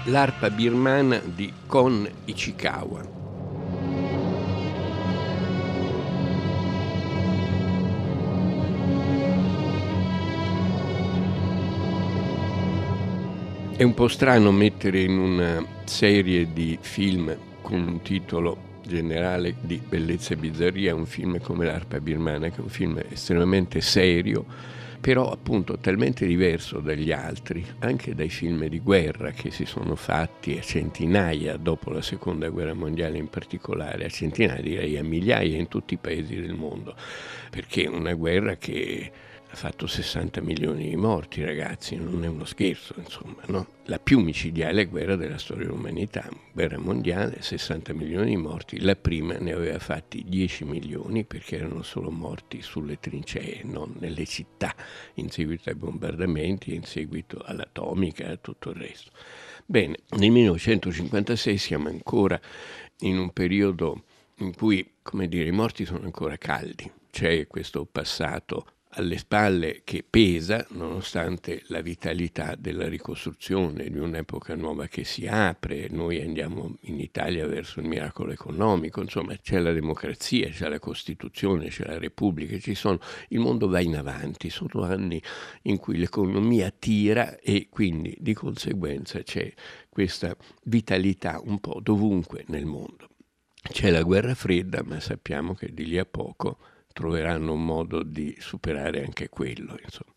L'arpa birmana di Kon Ichikawa. È un po' strano mettere in una serie di film con un titolo generale di bellezza e bizzarria un film come L'arpa birmana, che è un film estremamente serio, però appunto talmente diverso dagli altri, anche dai film di guerra che si sono fatti a centinaia dopo la seconda guerra mondiale, in particolare a centinaia, direi a migliaia in tutti i paesi del mondo, perché è una guerra che ha fatto 60 milioni di morti, ragazzi, non è uno scherzo, insomma, no? La più micidiale guerra della storia dell'umanità, guerra mondiale, 60 milioni di morti. La prima ne aveva fatti 10 milioni perché erano solo morti sulle trincee, non nelle città, in seguito ai bombardamenti, in seguito all'atomica e a tutto il resto. Bene, nel 1956 siamo ancora in un periodo in cui, come dire, i morti sono ancora caldi. C'è questo passato alle spalle che pesa, nonostante la vitalità della ricostruzione di un'epoca nuova che si apre. Noi andiamo in Italia verso il miracolo economico, insomma c'è la democrazia, c'è la Costituzione, c'è la Repubblica, il mondo va in avanti, sono anni in cui l'economia tira e quindi di conseguenza c'è questa vitalità un po' dovunque nel mondo. C'è la guerra fredda, ma sappiamo che di lì a poco troveranno un modo di superare anche quello, insomma.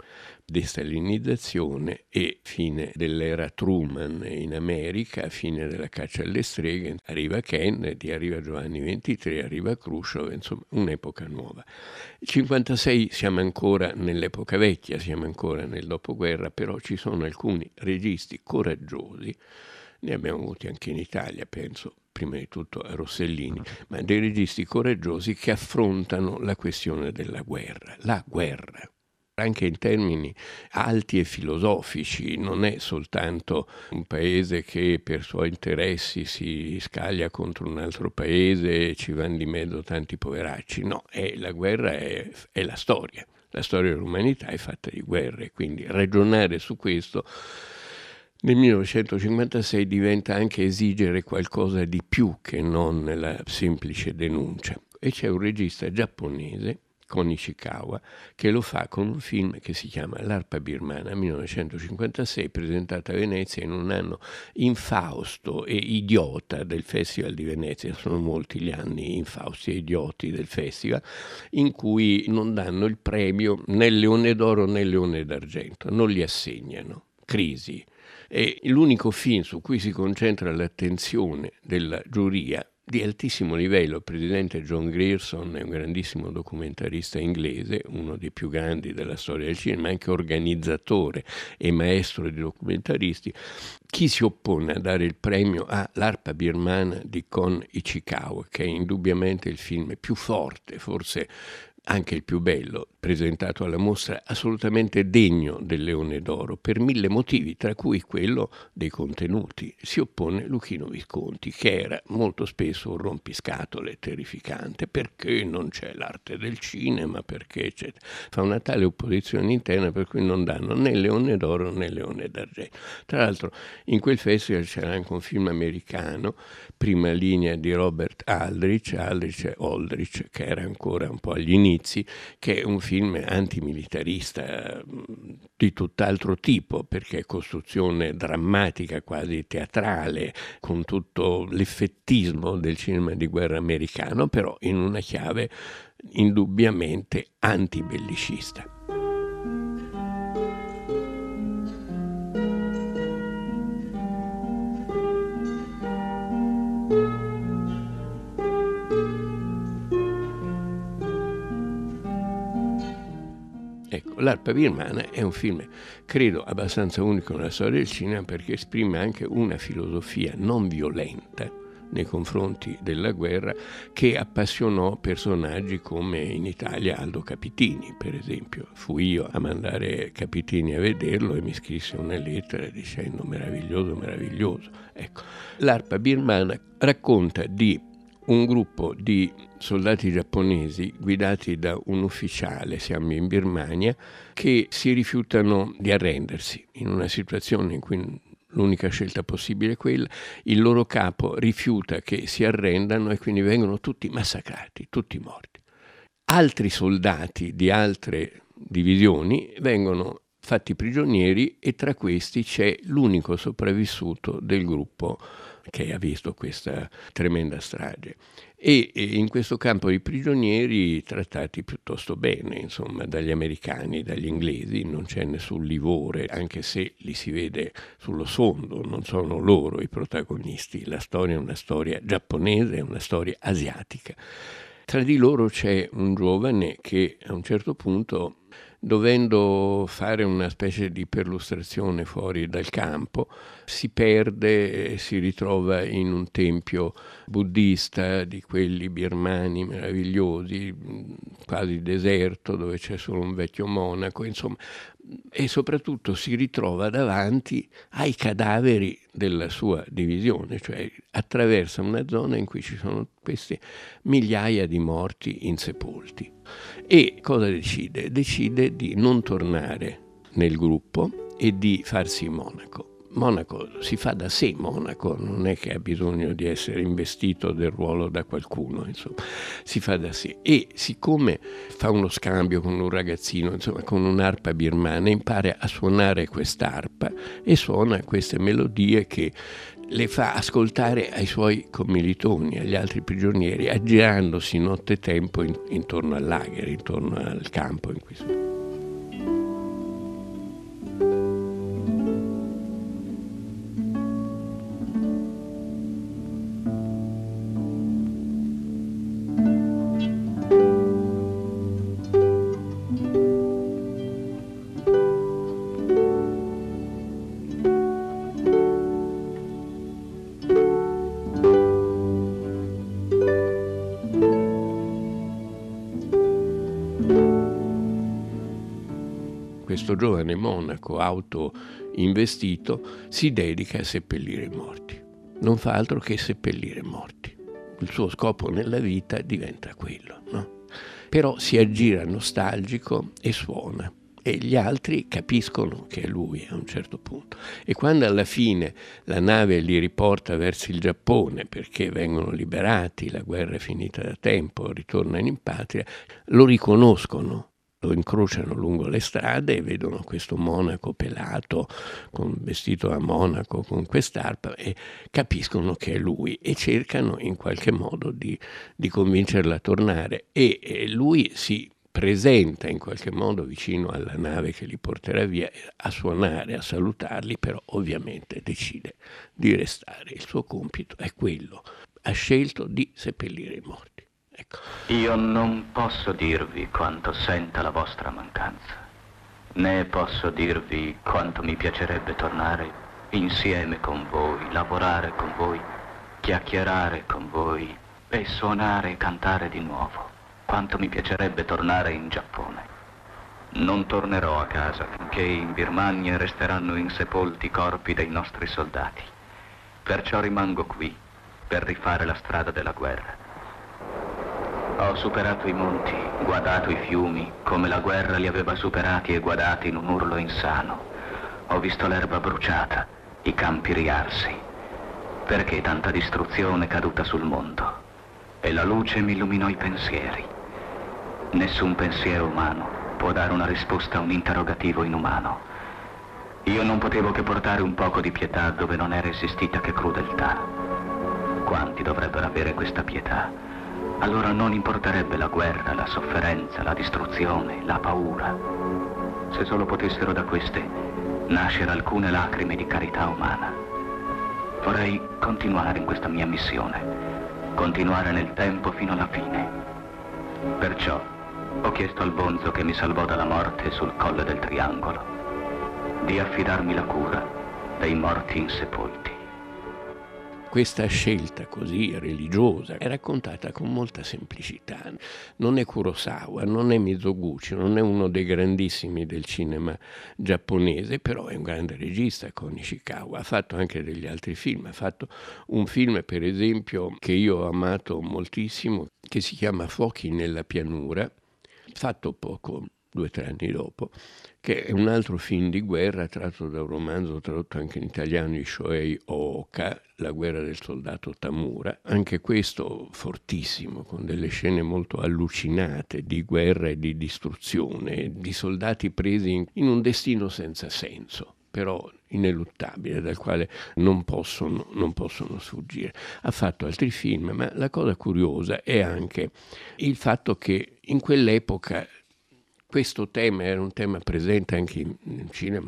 Destalinizzazione e fine dell'era Truman in America, fine della caccia alle streghe, arriva Kennedy, arriva Giovanni XXIII, arriva Khrushchev, insomma un'epoca nuova. Il 56 siamo ancora nell'epoca vecchia, siamo ancora nel dopoguerra, però ci sono alcuni registi coraggiosi, ne abbiamo avuti anche in Italia, penso prima di tutto a Rossellini, ma dei registi coraggiosi che affrontano la questione della guerra. La guerra, anche in termini alti e filosofici, non è soltanto un paese che per suoi interessi si scaglia contro un altro paese e ci vanno di mezzo tanti poveracci. No, la guerra è la storia. La storia dell'umanità è fatta di guerre, quindi ragionare su questo nel 1956 diventa anche esigere qualcosa di più che non la semplice denuncia. E c'è un regista giapponese, Kon Ichikawa, che lo fa con un film che si chiama L'arpa birmana, 1956, presentato a Venezia in un anno infausto e idiota del Festival di Venezia. Sono molti gli anni infausti e idioti del festival, in cui non danno il premio né Leone d'Oro né Leone d'Argento, non li assegnano. Crisi. E l'unico film su cui si concentra l'attenzione della giuria di altissimo livello, il presidente John Grierson è un grandissimo documentarista inglese, uno dei più grandi della storia del cinema, anche organizzatore e maestro di documentaristi. Chi si oppone a dare il premio a L'arpa birmana di Kon Ichikawa, che è indubbiamente il film più forte, forse anche il più bello, presentato alla mostra, assolutamente degno del Leone d'Oro, per 1000 motivi, tra cui quello dei contenuti. Si oppone Luchino Visconti, che era molto spesso un rompiscatole terrificante, perché non c'è l'arte del cinema, perché eccetera. Fa una tale opposizione interna per cui non danno né Leone d'Oro né Leone d'Argento. Tra l'altro in quel festival c'era anche un film americano, Prima linea di Robert Aldrich, che era ancora un po' agli inizi, che è un film antimilitarista di tutt'altro tipo, perché è costruzione drammatica, quasi teatrale, con tutto l'effettismo del cinema di guerra americano, però in una chiave indubbiamente antibellicista. Ecco, L'arpa birmana è un film, credo, abbastanza unico nella storia del cinema perché esprime anche una filosofia non violenta nei confronti della guerra che appassionò personaggi come in Italia Aldo Capitini, per esempio. Fui io a mandare Capitini a vederlo e mi scrisse una lettera dicendo meraviglioso, meraviglioso. Ecco, L'arpa birmana racconta di un gruppo di soldati giapponesi guidati da un ufficiale, siamo in Birmania, che si rifiutano di arrendersi in una situazione in cui l'unica scelta possibile è quella, il loro capo rifiuta che si arrendano e quindi vengono tutti massacrati, tutti morti. Altri soldati di altre divisioni vengono fatti prigionieri e tra questi c'è l'unico sopravvissuto del gruppo che ha visto questa tremenda strage. E in questo campo di prigionieri trattati piuttosto bene, insomma, dagli americani, dagli inglesi, non c'è nessun livore, anche se li si vede sullo sfondo, non sono loro i protagonisti. La storia è una storia giapponese, è una storia asiatica. Tra di loro c'è un giovane che a un certo punto, dovendo fare una specie di perlustrazione fuori dal campo, si perde e si ritrova in un tempio buddista di quelli birmani meravigliosi, quasi deserto, dove c'è solo un vecchio monaco, insomma, e soprattutto si ritrova davanti ai cadaveri della sua divisione, cioè attraversa una zona in cui ci sono queste migliaia di morti insepolti. E cosa decide? Decide di non tornare nel gruppo e di farsi monaco. Monaco si fa da sé, monaco, non è che ha bisogno di essere investito del ruolo da qualcuno, insomma, si fa da sé. E siccome fa uno scambio con un ragazzino, insomma, con un'arpa birmana, impara a suonare quest'arpa e suona queste melodie che le fa ascoltare ai suoi commilitoni, agli altri prigionieri, aggirandosi nottetempo intorno al lager, intorno al campo in cui sono. Questo giovane monaco autoinvestito si dedica a seppellire i morti. Non fa altro che seppellire morti. Il suo scopo nella vita diventa quello, no? Però si aggira nostalgico e suona. E gli altri capiscono che è lui a un certo punto. E quando alla fine la nave li riporta verso il Giappone perché vengono liberati, la guerra è finita da tempo, ritornano in patria, lo riconoscono. Lo incrociano lungo le strade e vedono questo monaco pelato, vestito da monaco, con quest'arpa e capiscono che è lui e cercano in qualche modo di convincerlo a tornare e lui si presenta in qualche modo vicino alla nave che li porterà via a suonare, a salutarli, però ovviamente decide di restare. Il suo compito è quello, ha scelto di seppellire i morti. Ecco. Io non posso dirvi quanto senta la vostra mancanza, né posso dirvi quanto mi piacerebbe tornare insieme con voi, lavorare con voi, chiacchierare con voi e suonare e cantare di nuovo. Quanto mi piacerebbe tornare in Giappone. Non tornerò a casa finché in Birmania resteranno insepolti i corpi dei nostri soldati. Perciò rimango qui per rifare la strada della guerra. Ho superato i monti, guadato i fiumi, come la guerra li aveva superati e guadati in un urlo insano. Ho visto l'erba bruciata, i campi riarsi. Perché tanta distruzione caduta sul mondo? E la luce mi illuminò i pensieri. Nessun pensiero umano può dare una risposta a un interrogativo inumano. Io non potevo che portare un poco di pietà dove non era esistita che crudeltà. Quanti dovrebbero avere questa pietà? Allora non importerebbe la guerra, la sofferenza, la distruzione, la paura. Se solo potessero da queste nascere alcune lacrime di carità umana. Vorrei continuare in questa mia missione, continuare nel tempo fino alla fine. Perciò ho chiesto al bonzo che mi salvò dalla morte sul Colle del Triangolo di affidarmi la cura dei morti insepolti. Questa scelta così religiosa è raccontata con molta semplicità. Non è Kurosawa, non è Mizoguchi, non è uno dei grandissimi del cinema giapponese, però è un grande regista con Ishikawa. Ha fatto anche degli altri film. Ha fatto un film, per esempio, che io ho amato moltissimo, che si chiama Fuochi nella pianura, fatto poco 2 o 3 anni dopo, che è un altro film di guerra tratto da un romanzo tradotto anche in italiano di Shohei Ooka, La guerra del soldato Tamura, anche questo fortissimo, con delle scene molto allucinate di guerra e di distruzione, di soldati presi in un destino senza senso, però ineluttabile, dal quale non possono sfuggire. Ha fatto altri film, ma la cosa curiosa è anche il fatto che in quell'epoca questo tema era un tema presente anche in un cinema,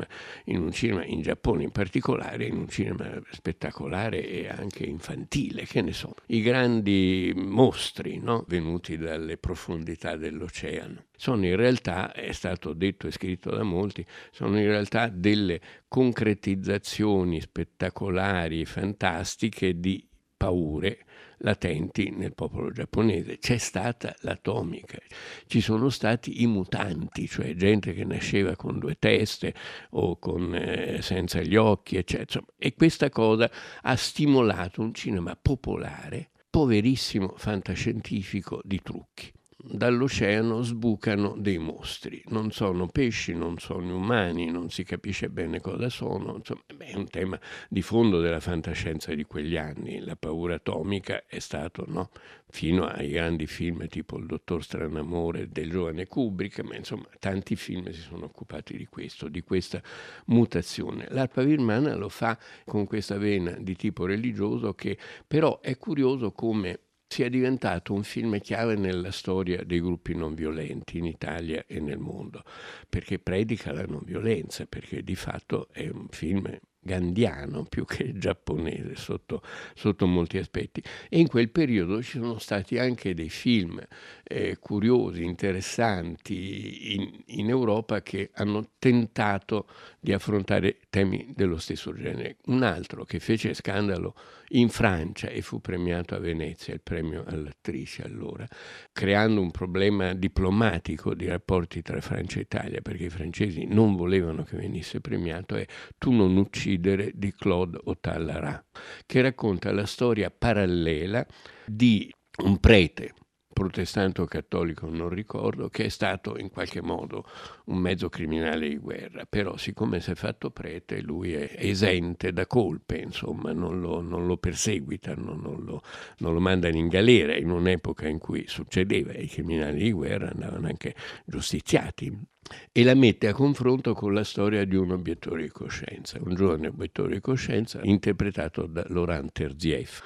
in Giappone in particolare, in un cinema spettacolare e anche infantile, che ne so. I grandi mostri, no? Venuti dalle profondità dell'oceano. Sono in realtà, è stato detto e scritto da molti, sono in realtà delle concretizzazioni spettacolari, fantastiche di paure latenti nel popolo giapponese. C'è stata l'atomica, ci sono stati i mutanti, cioè gente che nasceva con 2 teste o senza gli occhi, eccetera. E questa cosa ha stimolato un cinema popolare, poverissimo, fantascientifico di trucchi. Dall'oceano sbucano dei mostri, non sono pesci, non sono umani, non si capisce bene cosa sono, insomma, è un tema di fondo della fantascienza di quegli anni. La paura atomica è stato, no? Fino ai grandi film tipo Il dottor Stranamore del giovane Kubrick, ma insomma tanti film si sono occupati di questo, di questa mutazione. L'Arpa birmana lo fa con questa vena di tipo religioso, che però è curioso come sia diventato un film chiave nella storia dei gruppi non violenti in Italia e nel mondo, perché predica la non violenza, perché di fatto è un film gandhiano più che giapponese sotto molti aspetti. E in quel periodo ci sono stati anche dei film curiosi, interessanti in Europa, che hanno tentato di affrontare temi dello stesso genere. Un altro che fece scandalo in Francia e fu premiato a Venezia, il premio all'attrice allora, creando un problema diplomatico di rapporti tra Francia e Italia, perché i francesi non volevano che venisse premiato, è Tu non uccidere di Claude Ottalla-Ra, che racconta la storia parallela di un prete protestante o cattolico, non ricordo, che è stato in qualche modo un mezzo criminale di guerra, però siccome si è fatto prete lui è esente da colpe, insomma non lo perseguitano, non lo mandano in galera, in un'epoca in cui succedeva, i criminali di guerra andavano anche giustiziati, e la mette a confronto con la storia di un obiettore di coscienza, un giovane obiettore di coscienza interpretato da Laurent Terzieff.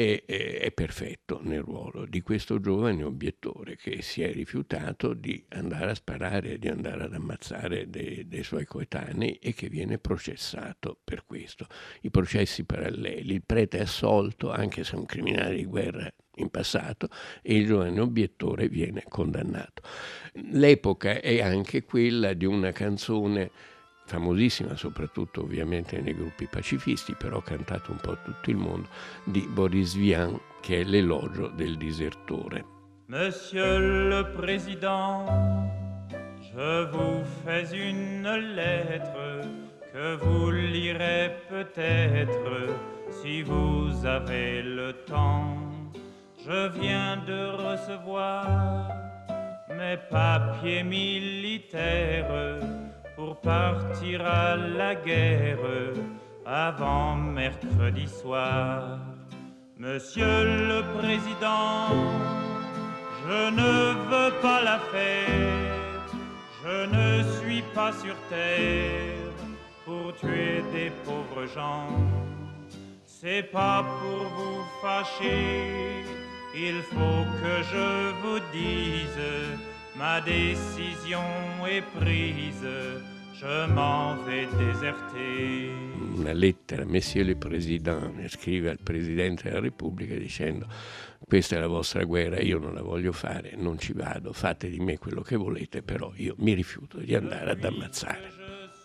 È perfetto nel ruolo di questo giovane obiettore che si è rifiutato di andare a sparare, di andare ad ammazzare dei suoi coetanei, e che viene processato per questo. I processi paralleli, il prete è assolto anche se è un criminale di guerra in passato, e il giovane obiettore viene condannato. L'epoca è anche quella di una canzone famosissima, soprattutto ovviamente nei gruppi pacifisti, però cantato un po' a tutto il mondo, di Boris Vian, che è l'elogio del disertore. Monsieur le Président, je vous fais une lettre que vous lirez peut-être si vous avez le temps. Je viens de recevoir mes papiers militaires pour partir à la guerre avant mercredi soir. Monsieur le Président, je ne veux pas la fête, je ne suis pas sur terre pour tuer des pauvres gens. C'est pas pour vous fâcher, il faut que je vous dise, ma décision est prise, je m'en vais déserter. Una lettera, Monsieur le Président, scrive al Presidente della Repubblica dicendo: questa è la vostra guerra, io non la voglio fare, non ci vado, fate di me quello che volete, però io mi rifiuto di andare ad ammazzare.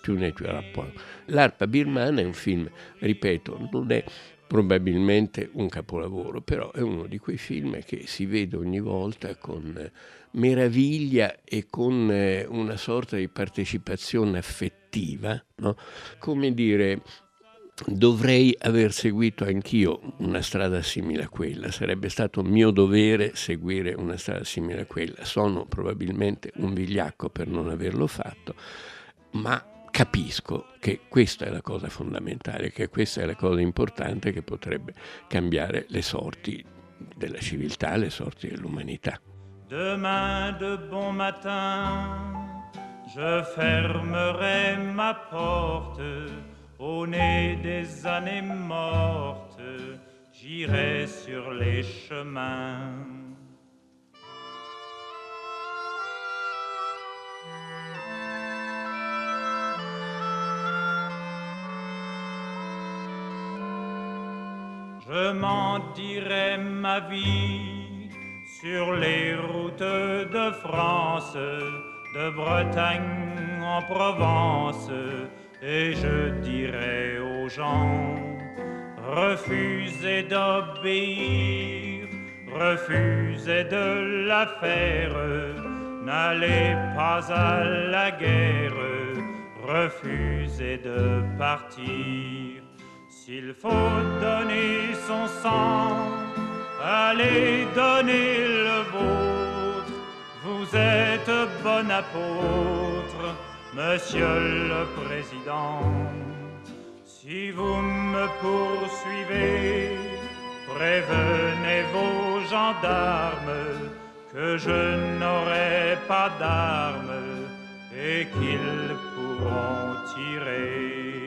L'Arpa birmana è un film, ripeto, non è probabilmente un capolavoro, però è uno di quei film che si vede ogni volta con meraviglia e con una sorta di partecipazione affettiva, no? Come dire, dovrei aver seguito anch'io una strada simile a quella, sarebbe stato mio dovere seguire una strada simile a quella. Sono probabilmente un vigliacco per non averlo fatto, ma capisco che questa è la cosa fondamentale, che questa è la cosa importante che potrebbe cambiare le sorti della civiltà, le sorti dell'umanità. Demain de bon matin, je fermerai ma porte. Au nez des années mortes, j'irai sur les chemins. Je m'en dirai ma vie sur les routes de France, de Bretagne en Provence. Et je dirai aux gens, refusez d'obéir, refusez de la faire, n'allez pas à la guerre, refusez de partir. S'il faut donner son sang, allez donner le vôtre, vous êtes bon apôtre, Monsieur le Président. Si vous me poursuivez, prévenez vos gendarmes que je n'aurai pas d'armes et qu'ils pourront tirer.